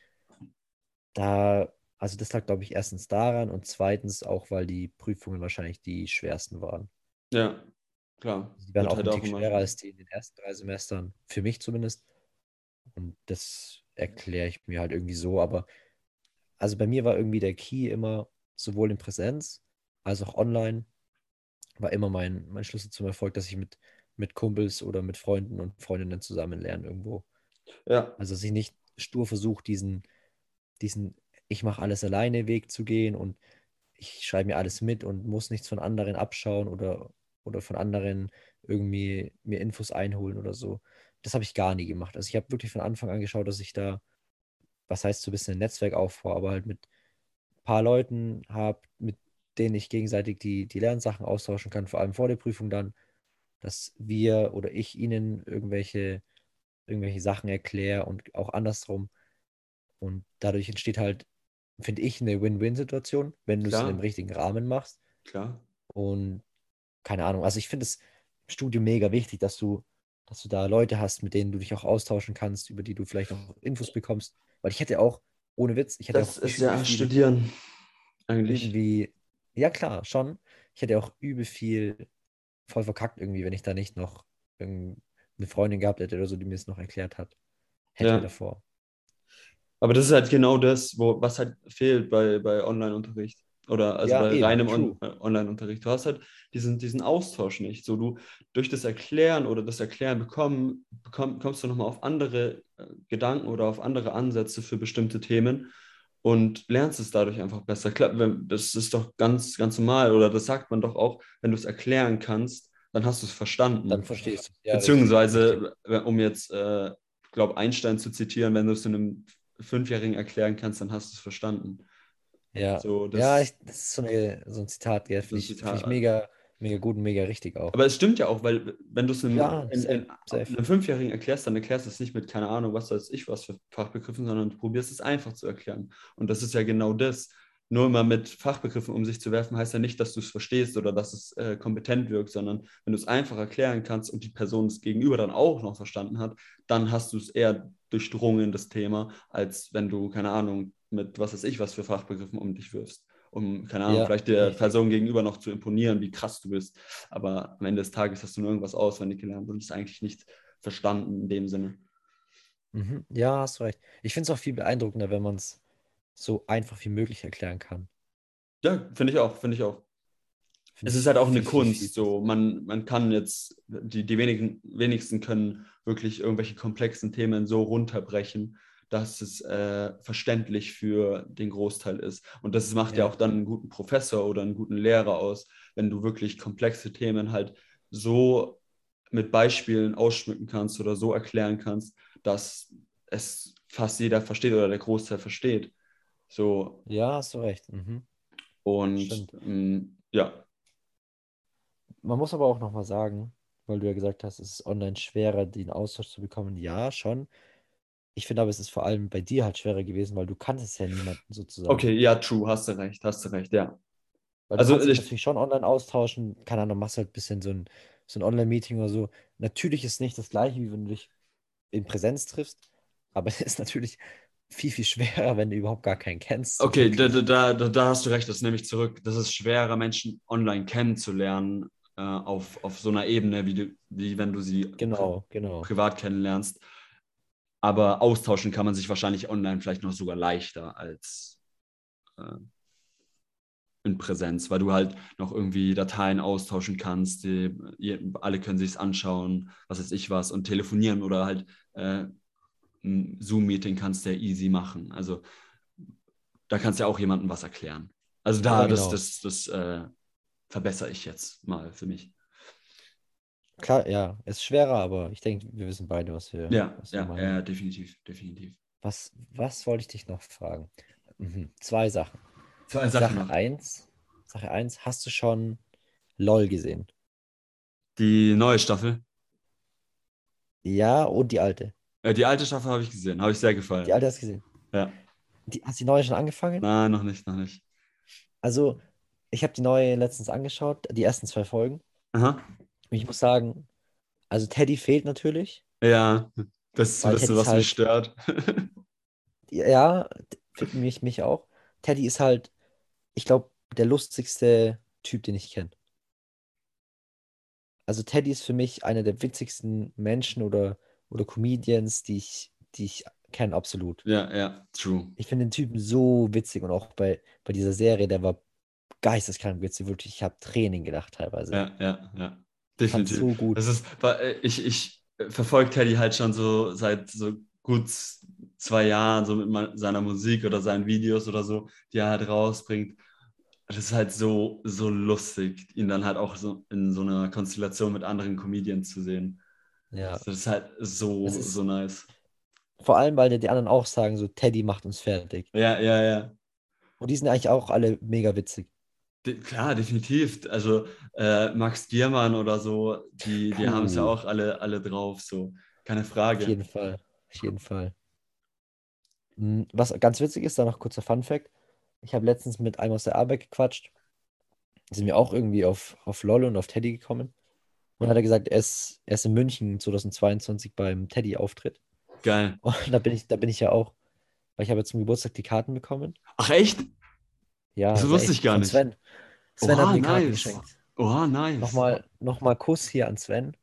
da, also das lag, glaube ich, erstens daran und zweitens auch, weil die Prüfungen wahrscheinlich die schwersten waren. Ja, klar. Also die waren Wird auch halt ein auch Tick immer. schwerer als die in den ersten drei Semestern, für mich zumindest. Und das erkläre ich mir halt irgendwie so. Aber also bei mir war irgendwie der Key immer sowohl in Präsenz als auch online, war immer mein, mein Schlüssel zum Erfolg, dass ich mit, mit Kumpels oder mit Freunden und Freundinnen zusammen lerne irgendwo. Ja, Also dass ich nicht stur versuche, diesen, diesen ich mache alles alleine Weg zu gehen und ich schreibe mir alles mit und muss nichts von anderen abschauen oder, oder von anderen irgendwie mir Infos einholen oder so. Das habe ich gar nie gemacht. Also ich habe wirklich von Anfang an geschaut, dass ich da, was heißt so ein bisschen ein Netzwerk aufbaue, aber halt mit ein paar Leuten habe, mit denen ich gegenseitig die, die Lernsachen austauschen kann, vor allem vor der Prüfung dann, dass wir oder ich ihnen irgendwelche, irgendwelche Sachen erkläre und auch andersrum. Und dadurch entsteht halt, finde ich, eine Win-Win-Situation, wenn du es in einem klar, richtigen Rahmen machst. klar. Und keine Ahnung, also ich finde es im Studium mega wichtig, dass du, dass du da Leute hast, mit denen du dich auch austauschen kannst, über die du vielleicht noch Infos bekommst. Weil ich hätte auch, ohne Witz, ich hätte auch Das ist übel ja viel Studieren, eigentlich. irgendwie, ja klar, schon. Ich hätte auch übel viel voll verkackt irgendwie, wenn ich da nicht noch irgend- eine Freundin gehabt hätte oder so, die mir es noch erklärt hat, hätte Ja. davor. Aber das ist halt genau das, wo, was halt fehlt bei, bei Online-Unterricht. Oder also Ja, bei eben, reinem On true. äh, Online-Unterricht. Du hast halt diesen, diesen Austausch nicht. So, du durch das Erklären oder das Erklären bekommen, bekomm, kommst du nochmal auf andere äh, Gedanken oder auf andere Ansätze für bestimmte Themen und lernst es dadurch einfach besser. Klar, wenn, das ist doch ganz, ganz normal, oder das sagt man doch auch, wenn du es erklären kannst, dann hast du es Dann verstanden. verstehst du. Ja, richtig, richtig. Beziehungsweise, äh, um jetzt, äh, ich glaube, Einstein zu zitieren, wenn du es einem Fünfjährigen erklären kannst, dann hast du es verstanden. Ja, So, ja, das ich, das ist so, eine, so ein Zitat, gell, ist ein finde ich, finde ich Zitat. mega, mega gut und mega richtig auch. Aber es stimmt ja auch, weil wenn du es einem, Ja, in, safe, in, safe. einem Fünfjährigen erklärst, dann erklärst du es nicht mit, keine Ahnung, was weiß ich, was für Fachbegriffen, sondern du probierst es einfach zu erklären. Und das ist ja genau das. Nur immer mit Fachbegriffen um sich zu werfen, heißt ja nicht, dass du es verstehst oder dass es äh, kompetent wirkt, sondern wenn du es einfach erklären kannst und die Person es gegenüber dann auch noch verstanden hat, dann hast du es eher durchdrungen, das Thema, als wenn du, keine Ahnung, mit was weiß ich, was für Fachbegriffen um dich wirfst, um, keine Ahnung, Ja, vielleicht der richtig. Person gegenüber noch zu imponieren, wie krass du bist. Aber am Ende des Tages hast du nur irgendwas auswendig gelernt und es eigentlich nicht verstanden in dem Sinne. Mhm. Ja, hast du recht. Ich finde es auch viel beeindruckender, wenn man es so einfach wie möglich erklären kann. Ja, finde ich auch, finde ich auch. Finde Es ist ich halt auch eine viel, viel, viel Kunst. So, besser. man, man kann jetzt, die, die wenigen, wenigsten können wirklich irgendwelche komplexen Themen so runterbrechen, dass es äh, verständlich für den Großteil ist. Und das macht ja Ja, auch dann einen guten Professor oder einen guten Lehrer aus, wenn du wirklich komplexe Themen halt so mit Beispielen ausschmücken kannst oder so erklären kannst, dass es fast jeder versteht oder der Großteil versteht. So, ja, hast du recht. Mhm. und Stimmt. ähm, ja, Man muss aber auch nochmal sagen, weil du ja gesagt hast, es ist online schwerer, den Austausch zu bekommen. Ja, schon. Ich finde aber, es ist vor allem bei dir halt schwerer gewesen, weil du kannst es ja niemanden sozusagen. okay, ja, true, hast du recht, hast du recht, ja. Weil du Also kannst dich ich, natürlich schon online austauschen. Keine Ahnung, machst halt ein bisschen so ein, so ein Online-Meeting oder so. Natürlich ist es nicht das gleiche, wie wenn du dich in Präsenz triffst, aber es ist natürlich viel, viel schwerer, wenn du überhaupt gar keinen kennst, so okay, da, wirklich. da, da, da hast du recht, das nehme ich zurück. Das ist schwerer, Menschen online kennenzulernen, äh, auf, auf so einer Ebene, wie, du, wie wenn du sie pri Genau, genau. privat kennenlernst. Aber austauschen kann man sich wahrscheinlich online vielleicht noch sogar leichter als äh, in Präsenz, weil du halt noch irgendwie Dateien austauschen kannst, die, ihr, alle können sich es anschauen, was weiß ich was, und telefonieren oder halt äh, ein Zoom-Meeting kannst du ja easy machen. Also da kannst du ja auch jemandem was erklären. Also Ja, da, das, genau. das, das äh, verbessere ich jetzt mal für mich. Klar, ja, es ist schwerer, aber ich denke, wir wissen beide, was wir, Ja, was wir ja, meinen. ja, definitiv, definitiv. Was, was wollte ich dich noch fragen? Mhm. Zwei Sachen. Zwei Sachen Sache noch. eins, Sache eins, hast du schon LOL gesehen? Die neue Staffel. Ja, und die alte. Äh, die alte Staffel habe ich gesehen, habe ich sehr Die gefallen. alte hast du gesehen. Ja. Die, hast du die neue schon angefangen? Nein, noch nicht, noch nicht. Also, ich habe die neue letztens angeschaut, die ersten zwei Folgen. Aha. Und ich muss sagen, also Teddy fehlt natürlich. Ja, Das ist ein Weil bisschen, Teddy ist was mich halt, stört. ja, für mich, mich auch. Teddy ist halt, ich glaube, der lustigste Typ, den ich kenne. Also Teddy ist für mich einer der witzigsten Menschen oder, oder Comedians, die ich, die ich kenne, absolut. Ja, ja, true. Ich finde den Typen so witzig und auch bei, bei dieser Serie, der war geisteskrank witzig, wirklich. Ich habe Tränen gelacht teilweise. Ja, ja, ja. Ich fand's Definitiv. so gut. Das ist, weil, äh, ich, ich verfolge Teddy halt schon so seit so gut zwei Jahren, so mit ma- seiner Musik oder seinen Videos oder so, die er halt rausbringt. Das ist halt so, so lustig, ihn dann halt auch so in so einer Konstellation mit anderen Comedians zu sehen. Ja, Das ist halt das so, so ist nice. vor allem, weil die anderen auch sagen, so Teddy macht uns fertig. Ja, ja, ja. Und die sind eigentlich auch alle mega witzig. De klar, definitiv. Also äh, Max Giermann oder so, die, die haben es ja Puh, auch alle, alle drauf, so. Keine auf Frage. jeden Fall. Auf jeden Fall. Mm, Was ganz witzig ist, da noch kurzer Fun-Fact. Ich habe letztens mit einem aus der Arbeit gequatscht. Sind wir auch irgendwie auf, auf LOL und auf Teddy gekommen. Und hat er gesagt, er ist, er ist in München zweitausendzweiundzwanzig beim Teddy-Auftritt. Geil. Und da bin ich, da bin ich ja auch, weil ich habe ja zum Geburtstag die Karten bekommen. Ach echt? Ja, Das wusste safe. ich gar Von nicht. Sven. Sven hat Oha, mir Karten nice. geschenkt. Oha, nice. Nochmal, nochmal Kuss hier an Sven.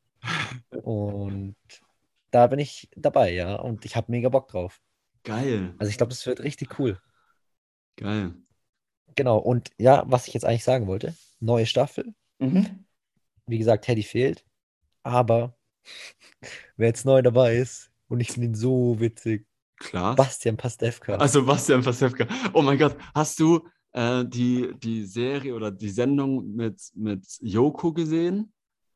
Und da bin ich dabei, ja. Und ich habe mega Bock drauf. Geil. Also ich glaube, das wird richtig cool. Geil. Genau. Und ja, was ich jetzt eigentlich sagen wollte, neue Staffel. Mhm. Wie gesagt, Teddy fehlt. Aber wer jetzt neu dabei ist, und ich finde ihn so witzig, Klaas. Bastian Pastewka. Also Bastian Pastewka. Oh mein Gott, hast du äh, die, die Serie oder die Sendung mit, mit Joko gesehen?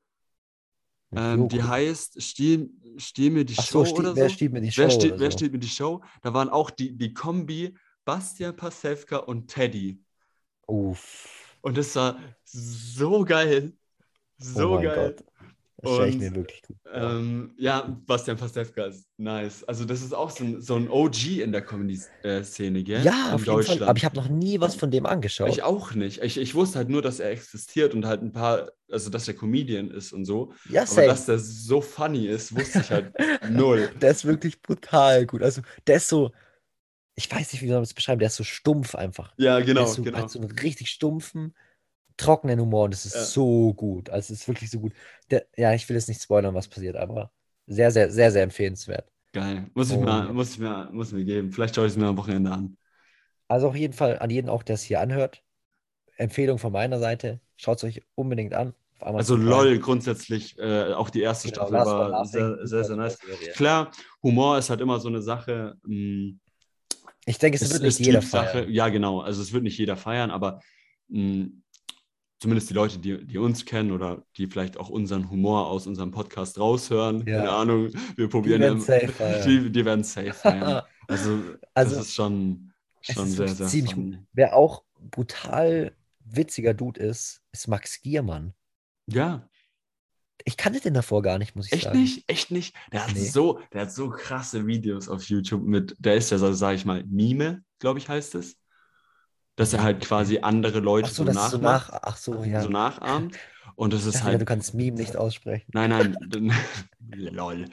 Mit Ähm, die Joko. heißt Stiehl, Stiehl mir die Ach so, Show Stie oder wer so. stiehlt mir die Wer, Show steht, oder wer so? steht mir die Show? Da waren auch die, die Kombi Bastian Pastewka und Teddy. Uff. Und das war so geil. Oh So mein geil. Gott. Das stelle ich Und mir wirklich gut vor. ähm, ja, Bastian Pastewka ist nice. Also das ist auch so ein, so ein O G in der Comedy-Szene, gell? Ja, In auf jeden Fall. Aber Deutschland. ich habe noch nie was von dem Ich angeschaut. auch nicht. Ich, ich wusste halt nur, dass er existiert und halt ein paar, also dass er Comedian ist und so. Ja, Aber dass same. der so funny ist, wusste ich halt null. Der ist wirklich brutal gut. Also, der ist so, ich weiß nicht, wie soll man das beschreiben, der ist so stumpf einfach. Ja, Der ist genau, so, hat genau. so einen richtig stumpfen, trockenen Humor und das ist Ja, so gut. Also, es ist wirklich so gut. Der, ja, ich will jetzt nicht spoilern, was passiert, aber sehr, sehr, sehr, sehr empfehlenswert. geil. Muss ich Und mal, muss ich mir, muss mir geben. Vielleicht schaue ich es mir am Wochenende an. also auf jeden Fall an jeden auch, der es hier anhört. Empfehlung von meiner Seite. Schaut es euch unbedingt an auf Also Amazon Prime. LOL grundsätzlich, äh, auch die erste Genau, Staffel lasst mal war nachdenken. sehr, sehr, Super, sehr super nice. Serie. Klar, Humor ist halt immer so eine Sache. Mh, Ich denke, es es wird nicht ist jeder Typsache. feiern. Ja, genau. Also es wird nicht jeder feiern, aber mh, zumindest die Leute, die, die uns kennen oder die vielleicht auch unseren Humor aus unserem Podcast raushören, keine Ja, Ahnung, wir die probieren ja, werden safe feiern. die, die werden safe feiern. Also das Also, ist schon, es schon ist sehr, wirklich sehr ziemlich gut. funny. Wer auch brutal witziger Dude ist, ist Max Giermann. Ja, Ich kannte den davor gar nicht, muss ich echt sagen. nicht, echt nicht. Der hat Nee. so, der hat so krasse Videos auf YouTube mit, der ist ja, so, sage ich mal, Mime, glaube ich, heißt es. Dass er Mhm, halt okay. quasi andere Ach Leute so, so das ist so nachmacht, nach. Ach so, so ja. nachahmt. Und das Ich ist dachte gerade, halt, du kannst Meme nicht aussprechen. nein, nein, lol.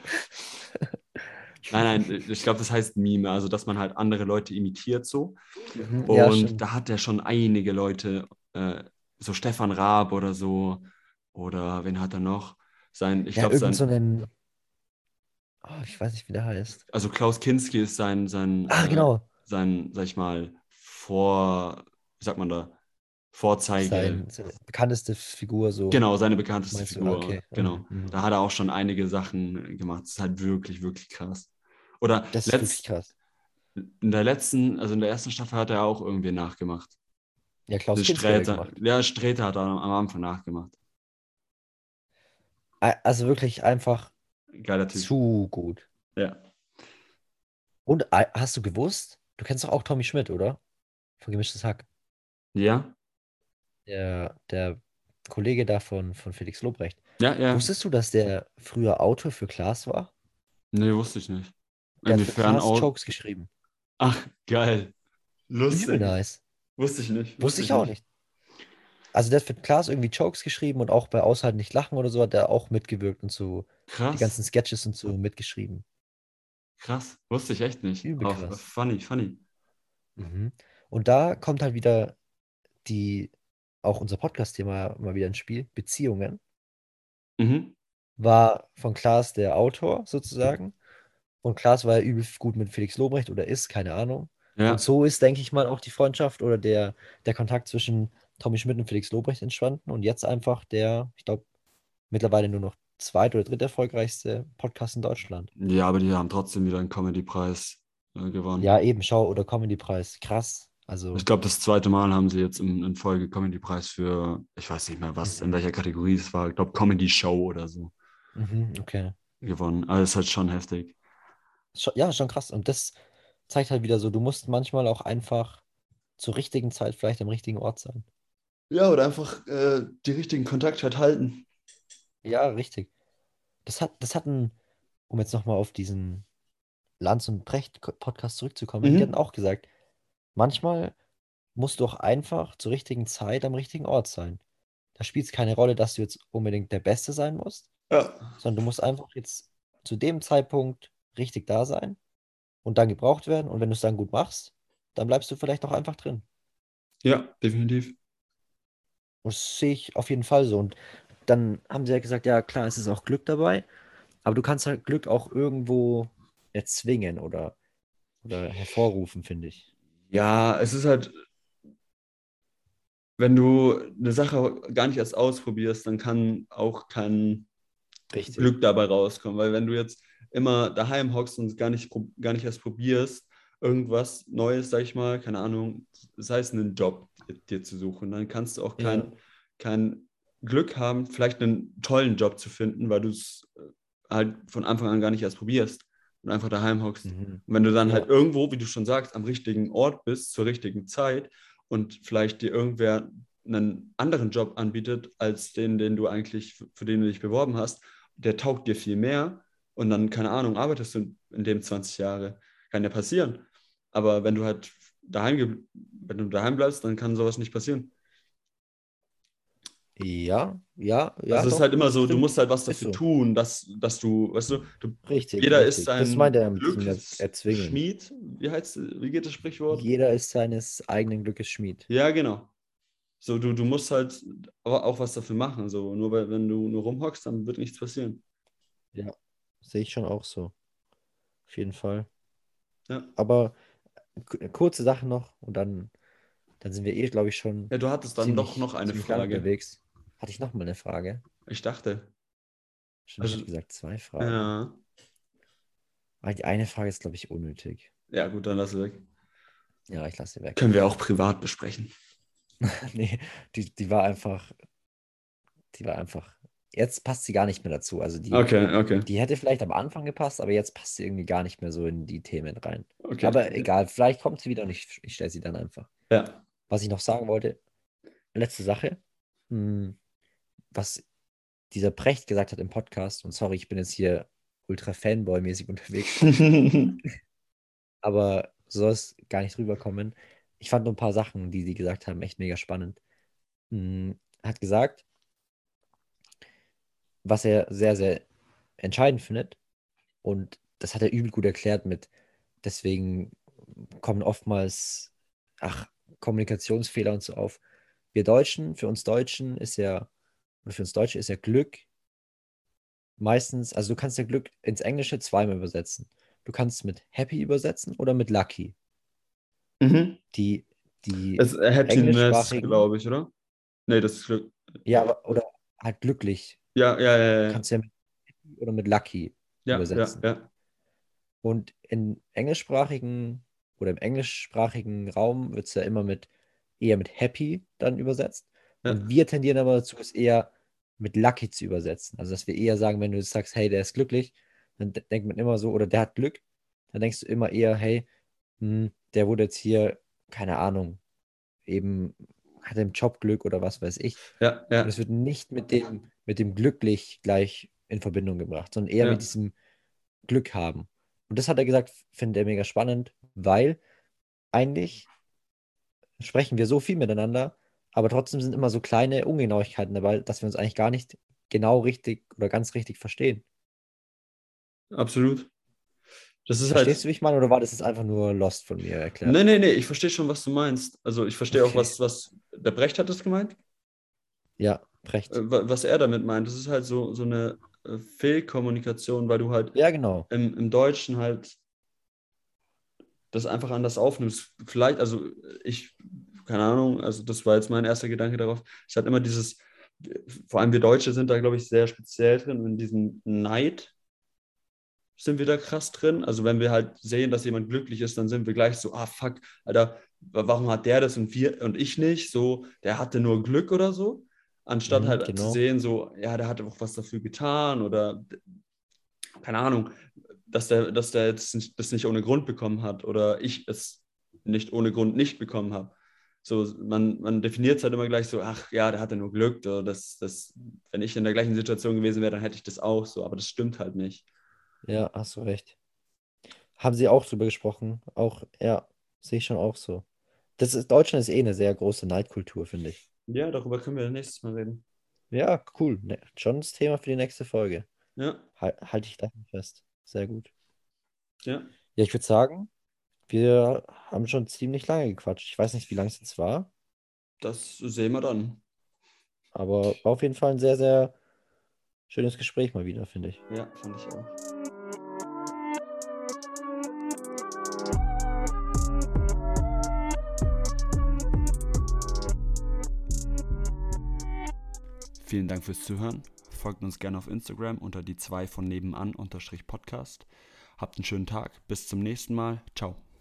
Nein, nein, ich glaube, das heißt Mime, also dass man halt andere Leute imitiert so. Mhm, ja, Und stimmt. da hat er schon einige Leute, äh, so Stefan Raab oder so, oder wen hat er noch? Sein, ich Ja, glaube, irgend so sein, einen. Oh, ich weiß nicht, wie der heißt. also Klaus Kinski ist sein, sein, Ah, äh, genau. sein, sag ich mal, Vor, wie sagt man da, Vorzeige, Sein, seine bekannteste Figur, so. genau, seine bekannteste Meinst du? Ah, Figur, okay. Mhm, genau. mhm. Da hat er auch schon einige Sachen gemacht. Das ist halt wirklich, wirklich krass. Oder Das ist wirklich letzt, krass. in der letzten, also in der ersten Staffel hat er auch irgendwie nachgemacht. Ja, Klaus Diese Kinski hat er Sträter, gemacht. ja, Sträter hat er am Anfang nachgemacht. A- Also wirklich einfach Geiler Typ. zu gut. Ja. Und äh, hast du gewusst? Du kennst doch auch Tommy Schmidt, oder? Von Gemischtes Hack. Ja? Der, der Kollege da von, von Felix Lobrecht. Ja, ja. Wusstest du, dass der früher Autor für Klaas war? Nee, wusste ich nicht. Der hat für Inwiefern Klaas auch. Jokes geschrieben. Ach, geil. Übel Lustig. nice. Wusste ich nicht. Wusste Wusste ich ich auch nicht. nicht. Also der hat für Klaas irgendwie Jokes geschrieben und auch bei Aushalten nicht lachen oder so hat er auch mitgewirkt und so die Krass. ganzen Sketches und so mitgeschrieben. Krass, wusste ich echt nicht. Übel Aber krass. funny, funny. Mhm. Und da kommt halt wieder die, auch unser Podcast-Thema mal wieder ins Spiel, Beziehungen. Mhm. War von Klaas der Autor sozusagen. Und Klaas war ja übel gut mit Felix Lobrecht oder ist, keine Ahnung. Und Ja. so ist, denke ich mal, auch die Freundschaft oder der, der Kontakt zwischen Tommy Schmidt und Felix Lobrecht entstanden. Und jetzt einfach der, ich glaube, mittlerweile nur noch zweit- oder dritt erfolgreichste Podcast in Deutschland. Ja, aber die haben trotzdem wieder einen Comedy-Preis äh, gewonnen. Ja, eben, Schau- oder Comedy-Preis. Krass. Ich Also, glaube, das zweite Mal haben sie jetzt in, in Folge Comedy-Preis für, ich weiß nicht mehr was, in mhm. welcher Kategorie es war. Ich glaube, Comedy-Show oder so Mhm, okay. gewonnen. Aber es ist halt schon heftig. Scho- Ja, schon krass. Und das zeigt halt wieder so, du musst manchmal auch einfach zur richtigen Zeit vielleicht am richtigen Ort sein. Ja, oder einfach äh, die richtigen Kontakte halt halten. Ja, richtig. Das hat, das hatten, um jetzt nochmal auf diesen Lanz und Brecht Podcast zurückzukommen, die hatten Mhm. auch gesagt, manchmal musst du auch einfach zur richtigen Zeit am richtigen Ort sein. Da spielt es keine Rolle, dass du jetzt unbedingt der Beste sein musst, Ja. sondern du musst einfach jetzt zu dem Zeitpunkt richtig da sein und dann gebraucht werden. Und wenn du es dann gut machst, dann bleibst du vielleicht auch einfach drin. Ja, definitiv. Und das sehe ich auf jeden Fall so. Und dann haben sie ja gesagt, ja klar, es ist auch Glück dabei, aber du kannst halt Glück auch irgendwo erzwingen oder, oder hervorrufen, finde ich. Ja, es ist halt, wenn du eine Sache gar nicht erst ausprobierst, dann kann auch kein Richtig. Glück dabei rauskommen. Weil wenn du jetzt immer daheim hockst und gar nicht, prob- gar nicht erst probierst, irgendwas Neues, sag ich mal, keine Ahnung, sei es einen Job dir zu suchen, dann kannst du auch Ja. kein, kein Glück haben, vielleicht einen tollen Job zu finden, weil du es äh, halt von Anfang an gar nicht erst probierst und einfach daheim hockst. Mhm. Und wenn du dann Ja. halt irgendwo, wie du schon sagst, am richtigen Ort bist, zur richtigen Zeit und vielleicht dir irgendwer einen anderen Job anbietet, als den, den du eigentlich, für den du dich beworben hast, der taugt dir viel mehr und dann, keine Ahnung, arbeitest du in dem zwanzig Jahre. Kann ja passieren. Aber wenn du halt daheim, wenn du daheim bleibst, dann kann sowas nicht passieren. Ja, ja, ja, Also es ist doch, halt immer das so, du stimmt. musst halt was Ist dafür so. tun, dass, dass du, weißt du, du Richtig, jeder ist richtig. Das meint sein er mit diesem Er- Erzwingen. Glücksschmied. Wie heißt, wie geht das Sprichwort? Jeder ist seines eigenen Glückes Schmied. Ja, genau. So, du, du musst halt aber auch was dafür machen. So, nur weil, wenn du nur rumhockst, dann wird nichts passieren. Ja, sehe ich schon auch so. Auf jeden Fall. Ja. Aber k- kurze Sache noch und dann, dann sind wir eh, glaube ich, schon Ja, du hattest dann doch ziemlich, noch eine ziemlich lang Frage. unterwegs. Hatte ich noch mal eine Frage? Ich dachte. Stimmt, ich Also, hätte gesagt zwei Fragen. ja. Aber die eine Frage ist, glaube ich, unnötig. Ja, gut, dann lass weg. Ja, ich lasse sie weg. Können wir auch privat besprechen. Nee, die, die war einfach, die war einfach. Jetzt passt sie gar nicht mehr dazu. Also die, Okay, okay, die hätte vielleicht am Anfang gepasst, aber jetzt passt sie irgendwie gar nicht mehr so in die Themen rein. okay. Aber Okay. egal, vielleicht kommt sie wieder und ich, ich stelle sie dann einfach. Ja. Was ich noch sagen wollte, letzte Sache, hm, was dieser Precht gesagt hat im Podcast, und sorry, ich bin jetzt hier ultra Fanboy-mäßig unterwegs, aber so soll es gar nicht rüberkommen. Ich fand nur ein paar Sachen, die sie gesagt haben, echt mega spannend. Hm, hat gesagt, was er sehr, sehr entscheidend findet, und das hat er übel gut erklärt mit, deswegen kommen oftmals, ach, Kommunikationsfehler und so auf. Wir Deutschen, für uns Deutschen ist ja, oder für uns Deutsche ist ja Glück meistens, also du kannst ja Glück ins Englische zweimal übersetzen. Du kannst es mit happy übersetzen oder mit lucky. Mhm. Die, die Es, Happiness, englischsprachigen, glaube ich, oder? Nee, das ist Glück. ja, aber, oder halt glücklich, Ja, ja, ja, ja. kannst du ja mit happy oder mit lucky Ja, ja, übersetzen. ja. Und in englischsprachigen oder im englischsprachigen Raum wird es ja immer mit eher mit happy dann übersetzt. Und Ja, wir tendieren aber dazu, es eher mit lucky zu übersetzen. Also, dass wir eher sagen, wenn du jetzt sagst, hey, der ist glücklich, dann de- denkt man immer so, oder der hat Glück, dann denkst du immer eher, hey, hm, der wurde jetzt hier, keine Ahnung, eben hat im Job Glück oder was weiß ich. ja, Und ja, es wird nicht mit dem, mit dem glücklich gleich in Verbindung gebracht, sondern eher mit ja. diesem Glück haben. Und das hat er gesagt, findet er mega spannend, weil eigentlich sprechen wir so viel miteinander, aber trotzdem sind immer so kleine Ungenauigkeiten dabei, dass wir uns eigentlich gar nicht genau richtig oder ganz richtig verstehen. Absolut. Das ist Verstehst halt, du, wie ich meine, oder war das jetzt einfach nur Lost von mir nee, erklärt? nee, nee, ich verstehe schon, was du meinst. Also ich verstehe auch, Okay. was, was, der Brecht hat das gemeint, Ja, äh, recht. wa- was er damit meint. Das ist halt so, so eine äh, Fehlkommunikation, weil du halt Ja, genau. im, im Deutschen halt das einfach anders aufnimmst. Vielleicht, also ich, keine Ahnung, also das war jetzt mein erster Gedanke darauf. Ich hatte immer dieses, vor allem wir Deutsche sind da, glaube ich, sehr speziell drin, in diesem Neid sind wir da krass drin. Also wenn wir halt sehen, dass jemand glücklich ist, dann sind wir gleich so, ah fuck, Alter, warum hat der das und wir und ich nicht? So, der hatte nur Glück oder so. Anstatt Mhm, halt zu genau. sehen, so, ja, der hat auch was dafür getan oder keine Ahnung, dass der, dass der jetzt nicht, das nicht ohne Grund bekommen hat oder ich es nicht ohne Grund nicht bekommen habe. So, man, man definiert es halt immer gleich so, ach ja, der hatte nur Glück. So, das, das, wenn ich in der gleichen Situation gewesen wäre, dann hätte ich das auch so, aber das stimmt halt nicht. Ja, hast du recht. Haben sie auch drüber gesprochen? Auch, ja, sehe ich schon auch so. Das ist, Deutschland ist eh eine sehr große Neidkultur, finde ich. Ja, darüber können wir nächstes Mal reden. Ja, cool. Ne, schon das Thema für die nächste Folge. Ja, Hal- Halte ich daran fest. Sehr gut. ja, Ja, ich würde sagen, wir haben schon ziemlich lange gequatscht. Ich weiß nicht, wie lange es jetzt war, das sehen wir dann. aber war auf jeden Fall ein sehr, sehr schönes Gespräch mal wieder, finde ich. Ja, fand ich auch. Vielen Dank fürs Zuhören. Folgt uns gerne auf Instagram unter die zwei von nebenan unterstrich Podcast. Habt einen schönen Tag. Bis zum nächsten Mal. Ciao.